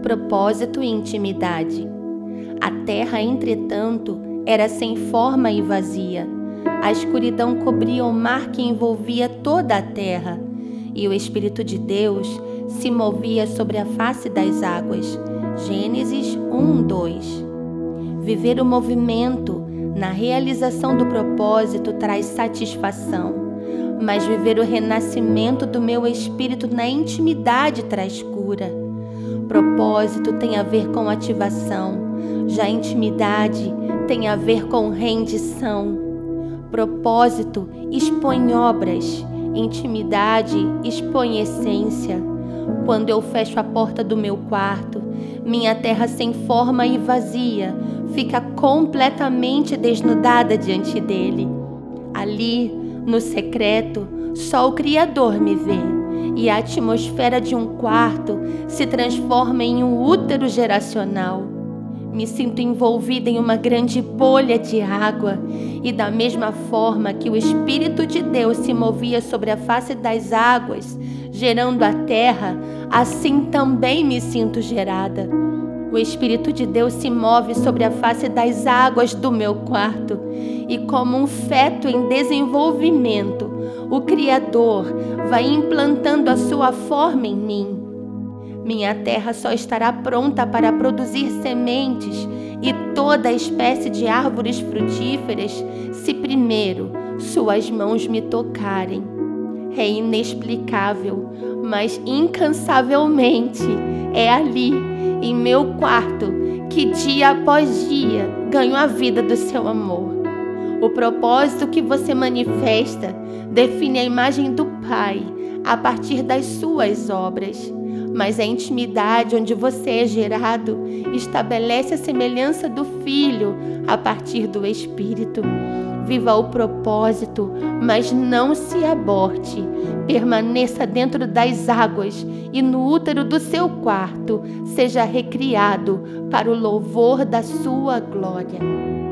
propósito e intimidade. A terra, entretanto, era sem forma e vazia. A escuridão cobria o mar que envolvia toda a terra, e o Espírito de Deus se movia sobre a face das águas. Gênesis 1:2. Viver o movimento na realização do propósito traz satisfação, mas viver o renascimento do meu espírito na intimidade traz cura. Propósito tem a ver com ativação, já intimidade tem a ver com rendição. Propósito expõe obras, intimidade expõe essência. Quando eu fecho a porta do meu quarto, minha terra sem forma e vazia fica completamente desnudada diante dele. Ali, no secreto, só o Criador me vê, e a atmosfera de um quarto se transforma em um útero geracional. Me sinto envolvida em uma grande bolha de água, e da mesma forma que o Espírito de Deus se movia sobre a face das águas, gerando a terra, assim também me sinto gerada. O Espírito de Deus se move sobre a face das águas do meu quarto, e como um feto em desenvolvimento, o Criador vai implantando a sua forma em mim. Minha terra só estará pronta para produzir sementes e toda espécie de árvores frutíferas se primeiro suas mãos me tocarem. É inexplicável, mas incansavelmente é ali, em meu quarto, que dia após dia ganho a vida do seu amor. O propósito que você manifesta define a imagem do Pai a partir das suas obras. Mas a intimidade onde você é gerado estabelece a semelhança do Filho a partir do Espírito. Viva o propósito, mas não se aborte. Permaneça dentro das águas e no útero do seu quarto seja recriado para o louvor da sua glória.